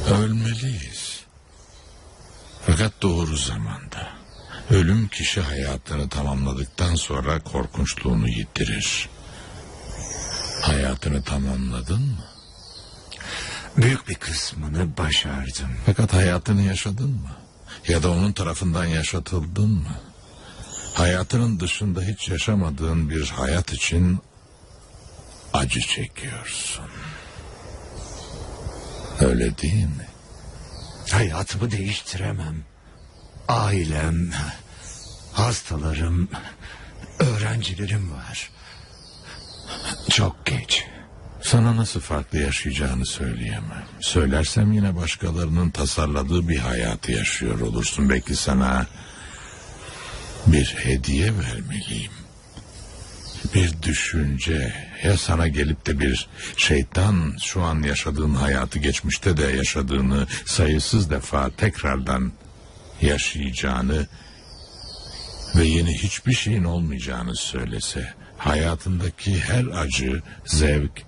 Ölmeliyiz. Fakat doğru zamanda. Ölüm kişi hayatını tamamladıktan sonra korkunçluğunu yitirir. Hayatını tamamladın mı? Büyük bir kısmını başardım. Fakat hayatını yaşadın mı? Ya da onun tarafından yaşatıldın mı? Hayatının dışında hiç yaşamadığın bir hayat için acı çekiyorsun. Öyle değil mi? Hayatımı değiştiremem. Ailem, hastalarım, öğrencilerim var. Çok geç. Sana nasıl farklı yaşayacağını söyleyemem. Söylersem yine başkalarının tasarladığı bir hayatı yaşıyor olursun. Belki sana bir hediye vermeliyim. Bir düşünce. Ya sana gelip de bir şeytan şu an yaşadığın hayatı geçmişte de yaşadığını sayısız defa tekrardan yaşayacağını ve yeni hiçbir şeyin olmayacağını söylese, hayatındaki her acı, zevk,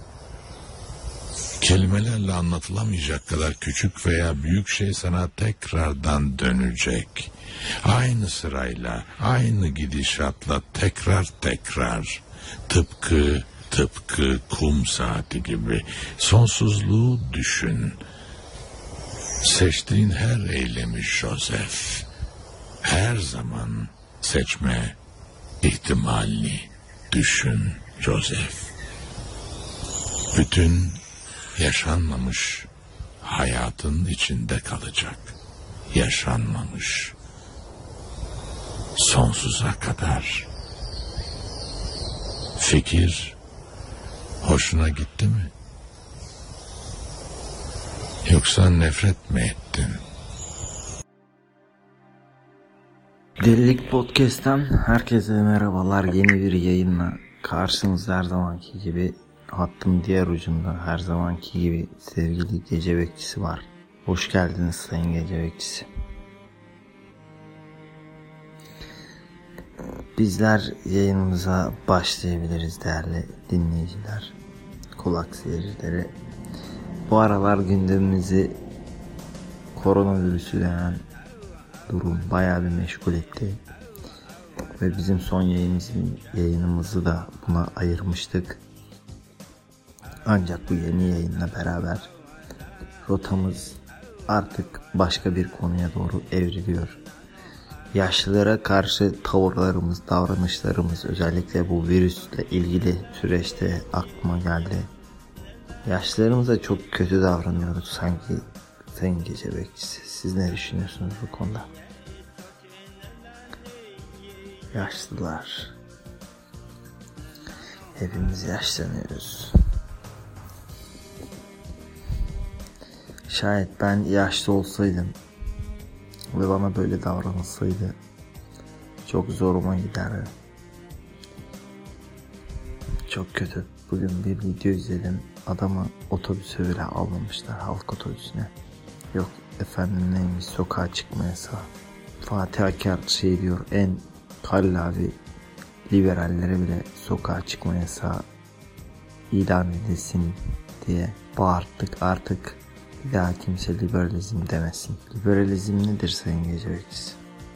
kelimelerle anlatılamayacak kadar küçük veya büyük şey sana tekrardan dönecek. Aynı sırayla, aynı gidişatla tekrar, tıpkı kum saati gibi sonsuzluğu düşün. Seçtiğin her eylemi Joseph, her zaman seçme ihtimalini düşün Joseph. Bütün yaşanmamış hayatın içinde kalacak. Yaşanmamış. Sonsuza kadar. Fikir hoşuna gitti mi? Yoksa nefret mi ettin? Delilik Podcast'ten herkese merhabalar. Yeni bir yayınla karşınızda her zamanki gibi, hattın diğer ucunda her zamanki gibi sevgili Gece Bekçisi var. Hoş geldiniz Sayın Gece Bekçisi. Bizler yayınımıza başlayabiliriz değerli dinleyiciler, kulak seyircileri. Bu aralar gündemimizi koronavirüsü denen durum bayağı bir meşgul etti. Ve bizim son yayınımızı da buna ayırmıştık. Ancak bu yeni yayınla beraber rotamız artık başka bir konuya doğru evriliyor. Yaşlılara karşı tavırlarımız, davranışlarımız, özellikle bu virüsle ilgili süreçte aklıma geldi. Yaşlılarımıza çok kötü davranıyoruz sanki Sayın Gece Bekçisi. Siz ne düşünüyorsunuz bu konuda? Yaşlılar. Hepimiz yaşlanıyoruz. Şayet ben yaşlı olsaydım ve bana böyle davranılsaydı çok zoruma giderdi. Çok kötü. Bugün bir video izledim. Adamı otobüse bile almamışlar, halk otobüsüne. Yok efendim neymiş, sokağa çıkma yasağı. Fatih Aker diyor, en kallavi liberallere bile sokağa çıkma yasağı ilan edilsin diye bağırttık. Artık bir daha kimse liberalizm demesin. Liberalizm nedir Sayın Gece Bekçisi?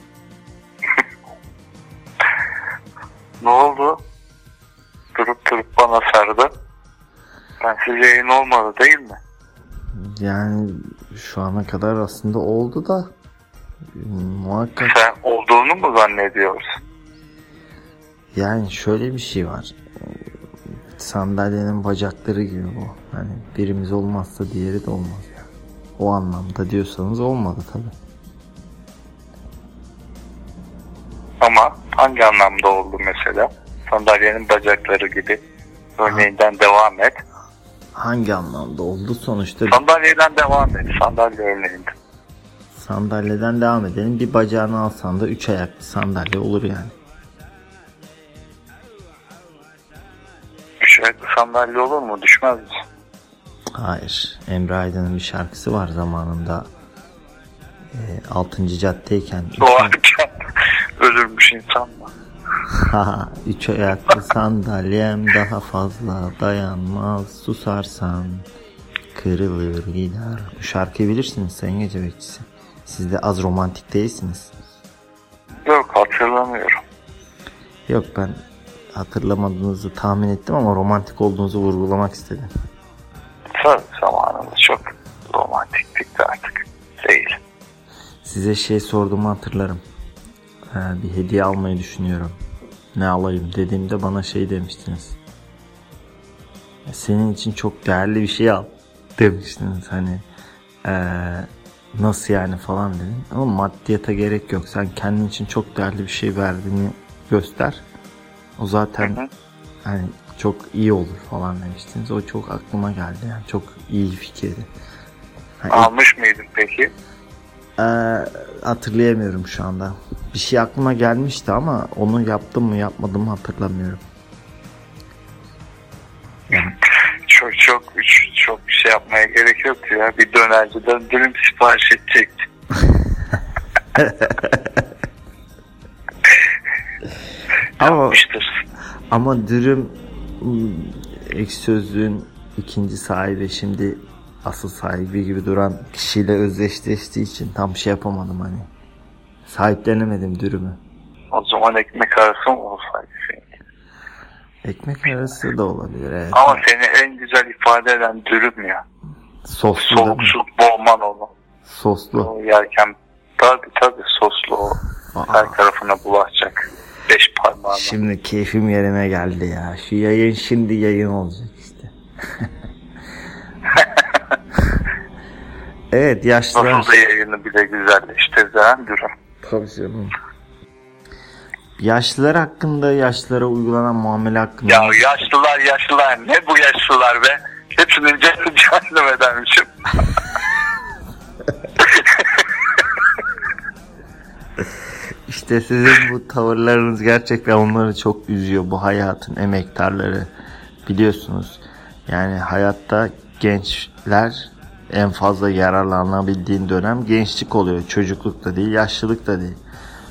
Ne oldu? Durup bana sardı. Ben size yayın olmadı değil mi? Yani şu ana kadar aslında oldu da muhakkak. Sen olduğunu mu zannediyorsun? Yani şöyle bir şey var. Sandalyenin bacakları gibi bu. Hani birimiz olmazsa diğeri de olmaz ya. O anlamda diyorsanız olmadı tabii. Ama hangi anlamda oldu mesela? Sandalyenin bacakları gibi. Örneğinden devam et. Hangi anlamda oldu sonuçta? Sandalyeden devam et. Sandalye örneğinden. Sandalyeden devam edelim. Bir bacağını alsan da 3 ayaklı sandalye olur yani. 3 ayaklı sandalye olur mu? Düşmez mi? Hayır. Emre Aydın'ın bir şarkısı var zamanında. 6. caddeyken. Doğarken ölürmüş insan mı? 3 ayaklı sandalyem daha fazla dayanmaz, susarsan kırılır gider. Bu şarkıyı bilirsiniz Sayın Gece Bekçisi. Siz de az romantik değilsiniz. Yok, hatırlamıyorum. Yok, ben hatırlamadığınızı tahmin ettim ama romantik olduğunuzu vurgulamak istedim. Tabii zamanında çok romantiktik de artık değil. Size şey sorduğumu hatırlarım. Bir hediye almayı düşünüyorum. Ne alayım dediğimde bana şey demiştiniz. Senin için çok değerli bir şey al demiştiniz. Hani nasıl yani falan dedim. Ama maddiyata gerek yok. Sen kendin için çok değerli bir şey verdiğini göster. O zaten hani çok iyi olur falan demiştiniz. O çok aklıma geldi yani. Çok iyi fikirdi. Hani Almış mıydın peki? hatırlayamıyorum şu anda. Bir şey aklıma gelmişti ama onu yaptım mı yapmadım mı hatırlamıyorum. Çok şey yapmaya gerek yoktu ya. Bir dönerciden dürüm sipariş edecektim. Ama dürüm Ekşi Sözlüğün ikinci sahibi, şimdi asıl sahibi gibi duran kişiyle özdeşleştiği için tam şey yapamadım hani. Sahiplenemedim dürümü. O zaman ekmek arası mı olsaydı senin? Ekmek arası da olabilir, evet. Ama seni en güzel ifade eden dürüm ya. Soslu Soğuksuz boğman onu. Soslu. O yerken tabii soslu o. Her tarafına bulaşacak. 5 parmağına. Şimdi keyfim yerine geldi ya. Şu yayın şimdi yayın olacak işte. Evet, yaşlılar. Nasıl da yayını bile güzelleştiren dürüm. Tabii canım. Yaşlılar hakkında, yaşlılara uygulanan muamele hakkında. Ya yaşlılar ne bu yaşlılar be? Hepsinin canını edermişim. İşte sizin bu tavırlarınız gerçekten onları çok üzüyor. Bu hayatın emektarları, biliyorsunuz. Yani hayatta gençler en fazla yararlanabildiğin dönem gençlik oluyor. Çocukluk da değil, yaşlılık da değil.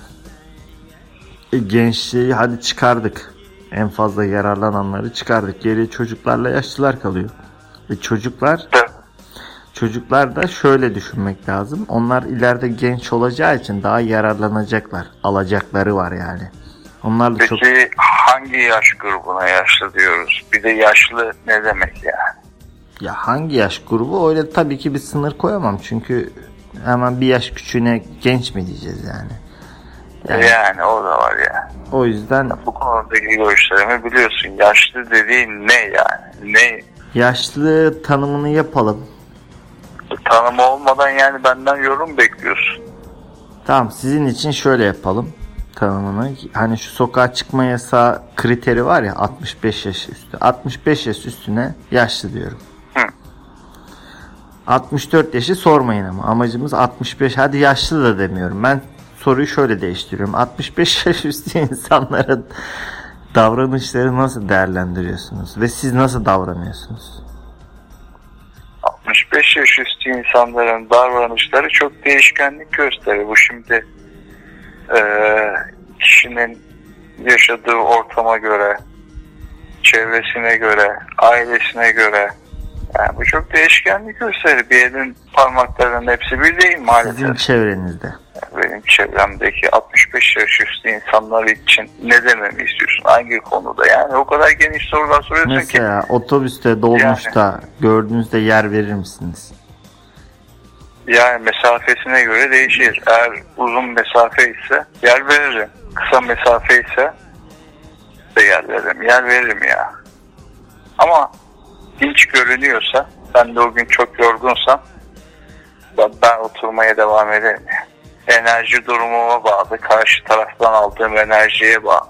Gençliği hadi çıkardık. En fazla yararlananları çıkardık. Geriye çocuklarla yaşlılar kalıyor. Ve çocuklar da şöyle düşünmek lazım. Onlar ileride genç olacağı için daha yararlanacaklar. Alacakları var yani. Onlar da Peki çok... hangi yaş grubuna yaşlı diyoruz? Bir de yaşlı ne demek yani? Ya hangi yaş grubu? Öyle tabii ki bir sınır koyamam. Çünkü hemen bir yaş küçüğüne genç mi diyeceğiz yani? Yani o da var ya. O yüzden... Bu konudaki görüşlerimi biliyorsun. Yaşlı dediğin ne yani? Ne? Yaşlı tanımını yapalım. Tanım olmadan yani benden yorum bekliyorsun. Tamam, sizin için şöyle yapalım tanımını. Hani şu sokağa çıkma yasağı kriteri var ya, 65 yaş üstü. 65 yaş üstüne yaşlı diyorum. 64 yaşı sormayın ama amacımız 65, hadi yaşlı da demiyorum. Ben soruyu şöyle değiştiriyorum. 65 yaş üstü insanların davranışları nasıl değerlendiriyorsunuz? Ve siz nasıl davranıyorsunuz? 65 yaş üstü insanların davranışları çok değişkenlik gösterir. Bu şimdi kişinin yaşadığı ortama göre, çevresine göre, ailesine göre, yani bu çok değişkenlik gösterir. Bir elin parmaklarının hepsi bir değil maalesef. Sizin çevrenizde. Benim çevremdeki 65 yaş üstü insanlar için ne dememi istiyorsun? Hangi konuda? Yani o kadar geniş sorular soruyorsun ki. Mesela otobüste, dolmuşta gördüğünüzde yer verir misiniz? Yani mesafesine göre değişir. Eğer uzun mesafe ise yer veririm. Kısa mesafe ise de yer veririm ya. Ama dinç görünüyorsa, ben de o gün çok yorgunsam ben oturmaya devam ederim ya. Enerji durumuma bağlı, karşı taraftan aldığım enerjiye bağlı.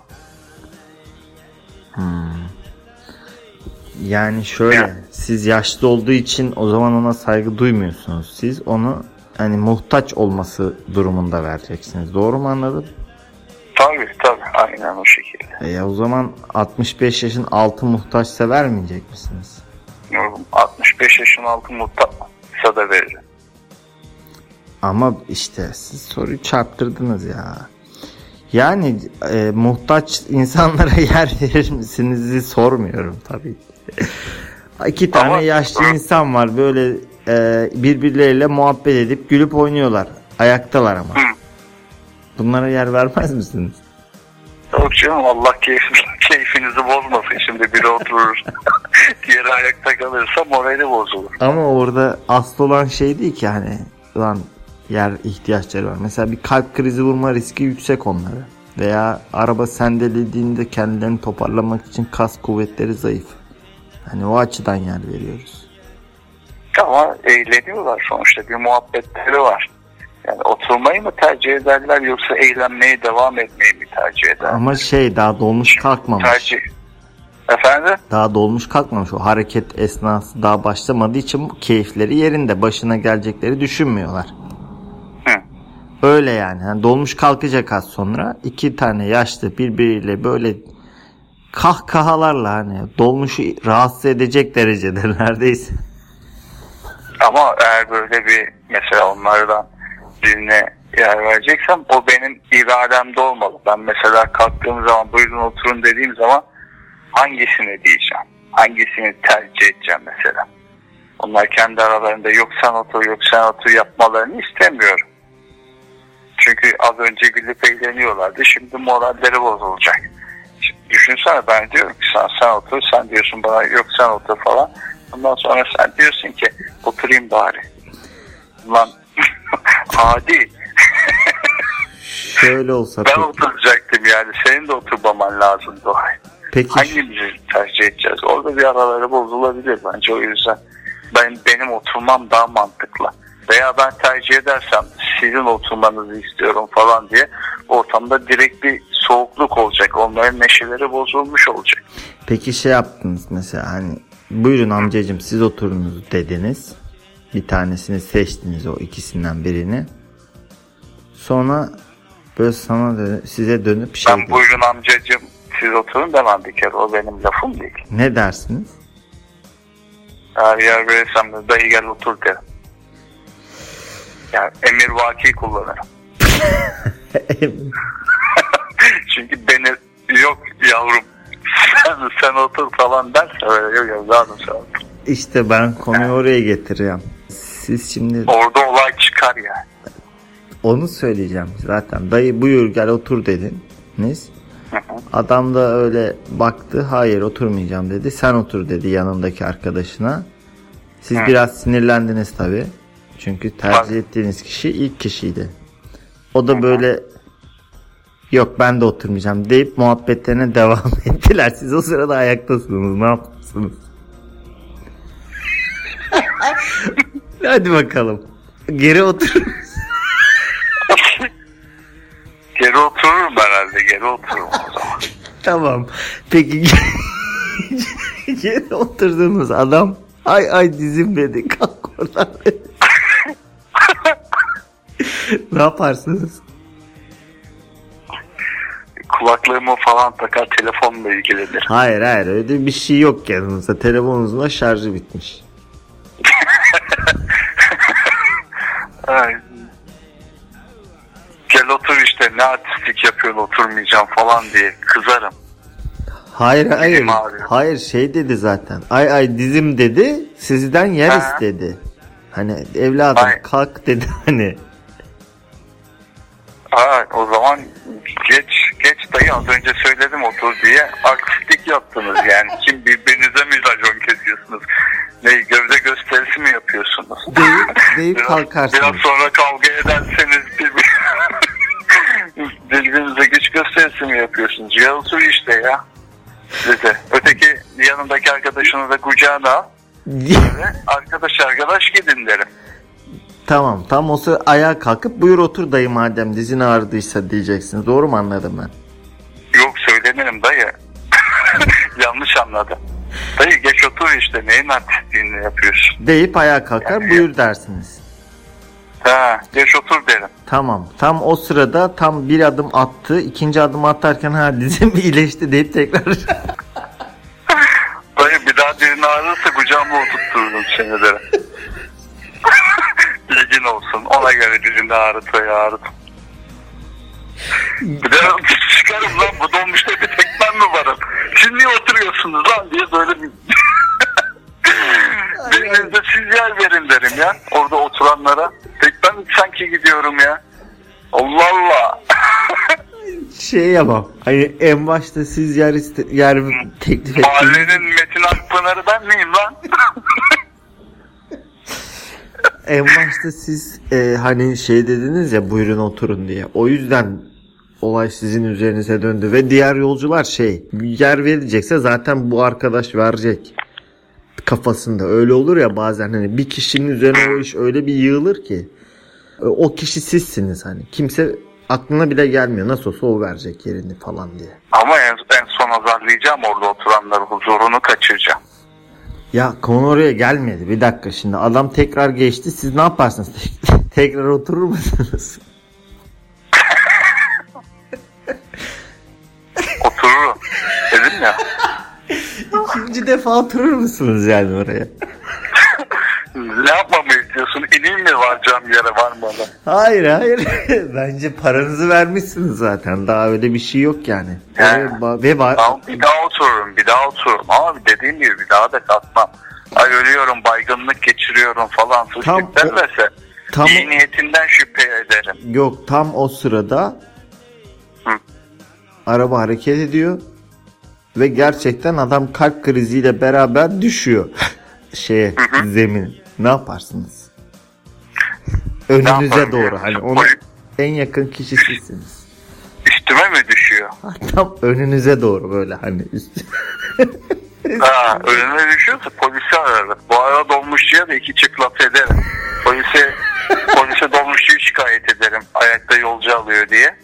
Yani şöyle, siz yaşlı olduğu için o zaman ona saygı duymuyorsunuz. Siz onu hani muhtaç olması durumunda vereceksiniz. Doğru mu anladım? Tabii aynen o şekilde. O zaman 65 yaşın altı muhtaçsa vermeyecek misiniz? 65 yaşın altı muhtaçsa da veririm. Ama işte siz soruyu çarptırdınız ya. Yani muhtaç insanlara yer verir misiniz sormuyorum tabii ki. İki tane Ama- yaşlı insan var böyle birbirleriyle muhabbet edip gülüp oynuyorlar. Ayaktalar ama. Bunlara yer vermez misiniz? Yok canım, Allah keyfinizi bozmasın. Şimdi biri oturur diğeri ayakta kalırsa morali bozulur. Ama orada asıl olan şey değil ki hani lan yer ihtiyaçları var. Mesela bir kalp krizi vurma riski yüksek onlara. Veya araba sendelediğinde kendilerini toparlamak için kas kuvvetleri zayıf. Hani o açıdan yer veriyoruz. Ama eğleniyorlar sonuçta, bir muhabbetleri var. Yani oturmayı mı tercih ederler yoksa eğlenmeye devam etmeyi mi tercih ederler? Ama daha dolmuş kalkmamış. Tercih. Efendim? Daha dolmuş kalkmamış. O hareket esnası daha başlamadığı için keyifleri yerinde. Başına gelecekleri düşünmüyorlar. Hı. Öyle yani dolmuş kalkacak az sonra. İki tane yaşlı birbiriyle böyle kahkahalarla hani dolmuşu rahatsız edecek derecede neredeyse. Ama eğer böyle bir mesela onlardan birine yer vereceksem o benim irademde olmalı. Ben mesela kalktığım zaman buyurun oturun dediğim zaman hangisini diyeceğim? Hangisini tercih edeceğim mesela? Onlar kendi aralarında yok sen otur yok sen otur yapmalarını istemiyorum. Çünkü az önce gülüp eğleniyorlardı. Şimdi moralleri bozulacak. Şimdi düşünsene, ben diyorum ki sen otur, sen diyorsun bana yok sen otur falan. Ondan sonra sen diyorsun ki oturayım bari. Lan adi. Şöyle olsa Ben oturacaktım yani. Senin de oturmaman lazımdı o. peki Hangimizi tercih edeceğiz? Orada bir araları bozulabilir bence, o yüzden. Benim oturmam daha mantıklı. Veya ben tercih edersem sizin oturmanızı istiyorum falan diye ortamda direkt bir soğukluk olacak. Onların neşeleri bozulmuş olacak. Peki yaptınız mesela hani buyurun amcacığım siz oturunuz dediniz. Bir tanesini seçtiniz, o ikisinden birini. Sonra böyle size dönüp Ben dedi. buyurun amcacığım siz oturun demem bir kere. O benim lafım değil. Ne dersiniz? Eğer yer verirsem de dayı gel otur derim. Yani emirvaki kullanırım. Çünkü beni yok yavrum sen otur falan derse öyle yok yavrum sen otur. İşte ben konuyu oraya getireceğim. Siz şimdi Orada olay çıkar yani. onu söyleyeceğim zaten. Dayı buyur gel otur dediniz. Adam da öyle baktı, hayır oturmayacağım dedi. Sen otur dedi yanındaki arkadaşına. Siz biraz sinirlendiniz tabii. Çünkü tercih ettiğiniz kişi ilk kişiydi. O da böyle yok ben de oturmayacağım deyip muhabbetlerine devam ettiler. Siz o sırada ayaktasınız. Ne yapıyorsunuz? Hadi bakalım. Geri otur. Geri otururum herhalde. Geri otururum o zaman. Tamam. Peki geri oturduğunuz adam ay dizim dedi. Kalk oradan dedi. Ne yaparsınız? Kulaklığımı falan takar telefonla ilgilenir. Hayır öyle bir şey yok yanınızda. Telefonunuzun da şarjı bitmiş. Ay. Gel otur işte ne artistlik yapıyorsun oturmayacağım falan diye kızarım. Hayır. Dizim ağrıyor. Hayır dedi zaten. Ay dizim dedi. Sizden yer istedi. Hani evladım Ay. kalk dedi hani. O zaman geç dayı, az önce söyledim otur diye artistlik yaptınız yani. Kim birbirinize mi racon kesiyorsunuz? Ne gövde gösterisi mi yapıyorsunuz? Deyip kalkarsınız. Biraz sonra kavga ederseniz birbirinize güç gösterisi mi yapıyorsunuz? Ya otur işte ya. Dedi. Öteki yanındaki arkadaşını da kucağına al. Arkadaş gidin derim. Tamam tam o sıra ayağa kalkıp buyur otur dayı madem dizin ağrıdıysa diyeceksiniz. Doğru mu anladım ben? Yok söylenirim dayı. Yanlış anladım. Dayı geç otur işte neyin artistliğini yapıyorsun? Deyip ayağa kalkar Yani- buyur dersiniz. Geç otur derim. Tamam tam o sırada tam bir adım attı, ikinci adım atarken dizim iyileşti deyip tekrar Dayı bir daha birini ağrırsa kucağıma oturturum seni derim. Bilgin olsun, ona göre dizini ağrıt. Bir de çıkarım lan, bu dolmuşta bir tek ben mi varım? Siz niye oturuyorsunuz lan diye böyle bir Biriniz de siz yer verin derim ya. Orada oturanlara. Tek ben sanki gidiyorum ya. Allah Allah. Şey yapam. Hani en başta siz yer teklif ettiniz. Mahallenin Metin Akpınar'ı ben miyim lan? En başta siz hani şey dediniz ya, buyurun oturun diye. O yüzden olay sizin üzerinize döndü ve diğer yolcular yer verilecekse zaten bu arkadaş verecek kafasında. Öyle olur ya bazen, hani bir kişinin üzerine o iş öyle bir yığılır ki o kişi sizsiniz, hani kimse aklına bile gelmiyor, nasıl olsa o verecek yerini falan diye. Ama en son azarlayacağım orada oturanları, huzurunu kaçıracağım. Ya konu oraya gelmedi. Bir dakika, şimdi adam tekrar geçti. Siz ne yaparsınız? Tekrar oturur musunuz? Otururum. Dedim ya. İkinci defa oturur musunuz yani oraya? Ne yapmamı istiyorsun? İneyim mi varacağım yere varmadan? Hayır. Bence paranızı vermişsiniz zaten. Daha öyle bir şey yok yani. Tamam, bir daha otururum. Ama dediğim gibi bir daha da kalkmam. Ay ölüyorum, baygınlık geçiriyorum falan. Suçluk derlerse iyi niyetinden şüphe ederim. Yok, tam o sırada araba hareket ediyor ve gerçekten adam kalp kriziyle beraber düşüyor zemin. Ne yaparsınız? Önünüze doğru, hani ona en yakın kişi sizsiniz. Üstüme mi düşüyor? Tam önünüze doğru böyle, hani önüme düşüyorsa polisi ararım. Bu ara dolmuşçuya da 2 çift laf ederim. Polise dolmuşçuyu şikayet ederim. Ayakta yolcu alıyor diye.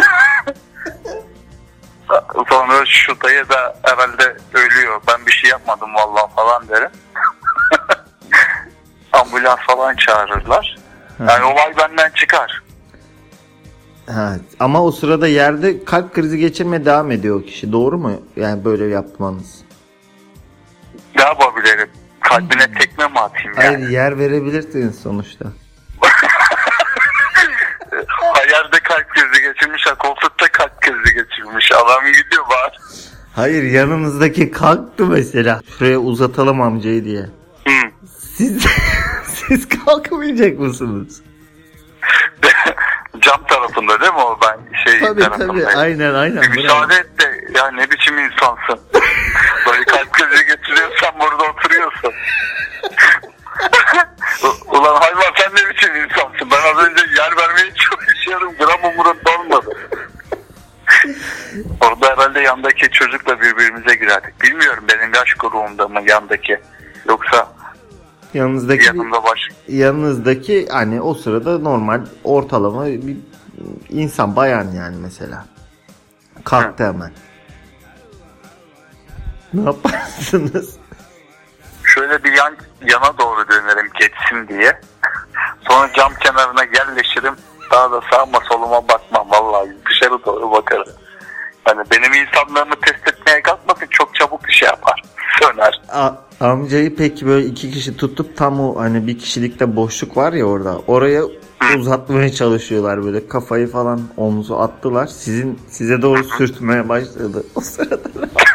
Sonra şu dayı da herhalde ölüyor. Ben bir şey yapmadım vallahi falan derim. Ambulans falan çağırırlar. Yani olay benden çıkar. Ama o sırada yerde kalp krizi geçirmeye devam ediyor o kişi. Doğru mu? Yani böyle yapmanız. Ne yapabilirim? Kalbine tekme mi atayım yani? Hayır, yer verebilirsiniz sonuçta. Yerde kalp krizi geçirmiş, koltukta kalp krizi geçirmiş. Adam gidiyor var. Hayır, yanınızdaki kalktı mesela. Şuraya uzatalım amcayı diye. Siz kalkmayacak mısınız? Cam tarafında değil mi o, ben Tabii aynen. Müsaade et de ya, ne biçim insansın. Böyle kalp krizi geçiriyorsan burada oturuyorsun. Ulan hayvan, sen ne biçim insansın. Ben az önce yer vermeye çalışıyorum, gram umurumda olmadı. Orada herhalde yandaki çocukla birbirimize girerdik. Bilmiyorum benim yaş grubumda mı yandaki, yoksa yanınızdaki hani o sırada normal ortalama bir insan, bayan yani mesela. Kalktı hemen. Ne yaparsınız? Şöyle bir yana doğru dönerim geçsin diye. Sonra cam kenarına yerleşirim. Daha da sağıma soluma bakmam vallahi. Dışarı doğru bakarım. Yani benim insanlarımı test etmeye kalkmasın, çok çabuk bir şey yapar. Söner. Amcayı peki böyle 2 kişi tutup tam o hani bir kişilikte boşluk var ya orada. Oraya uzatmaya çalışıyorlar, böyle kafayı falan omuzu attılar. Size doğru sürtmeye başladı. O sırada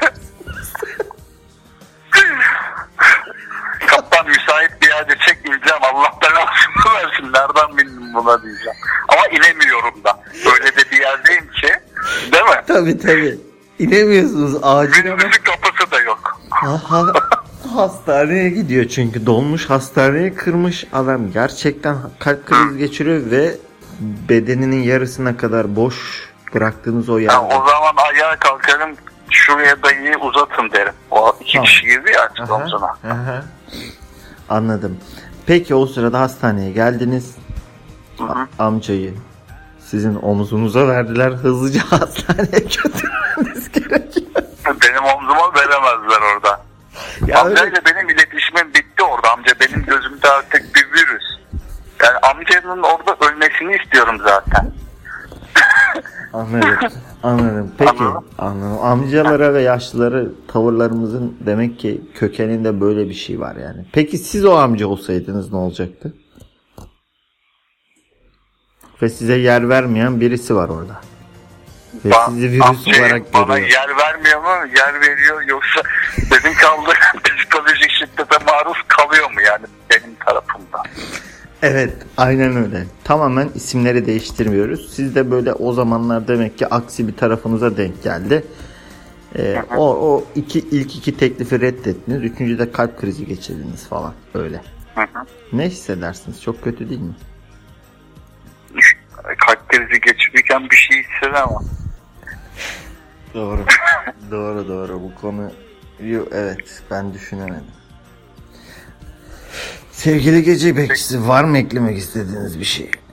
Kaptan müsait bir yerde çek, ineceğim. Allah belasını versin. Nereden bildim buna diyeceğim. Ama inemiyorum da. Öyle de bir yerdeyim ki. Değil mi? Tabii. İnemiyorsunuz acil ama. Minibüsün kapısı da yok. Hastaneye gidiyor çünkü. Dolmuş hastaneye kırmış adam. Gerçekten kalp krizi geçiriyor ve bedeninin yarısına kadar boş bıraktığınız o yerde. Yani o zaman ayağa kalkarım, şuraya dayıyı uzatın derim. O 2 kişi girdi ya artık omzuna. Anladım. Peki o sırada hastaneye geldiniz. Amcayı sizin omuzunuza verdiler. Hızlıca hastaneye götürmeniz gerekiyor. Benim omzuma veremezler orada. Amcayla benim iletişimim bitti orada. Amca benim gözümde artık bir virüs. Yani amcanın orada ölmesini istiyorum zaten. Anladım. Peki. Anladım. Amcalara ve yaşlılara tavırlarımızın demek ki kökeninde böyle bir şey var yani. Peki siz o amca olsaydınız ne olacaktı? Ve size yer vermeyen birisi var orada. Ve sizi virüs olarak bana görüyor. yer vermiyor mu? Yer veriyor, yoksa dedim kaldı psikolojik şiddet da maruz kalıyor mu yani benim tarafımda? Evet, aynen öyle. Tamamen isimleri değiştirmiyoruz. Siz de böyle o zamanlar demek ki aksi bir tarafınıza denk geldi. İlk iki teklifi reddettiniz. Üçüncü de kalp krizi geçirdiniz falan. Öyle. Ne hissedersiniz? Çok kötü değil mi? Kalp krizi geçirirken bir şey hissedemem. Doğru. doğru. Bu konuyu evet ben düşünemedim. Sevgili gece bekçisi, var mı eklemek istediğiniz bir şey?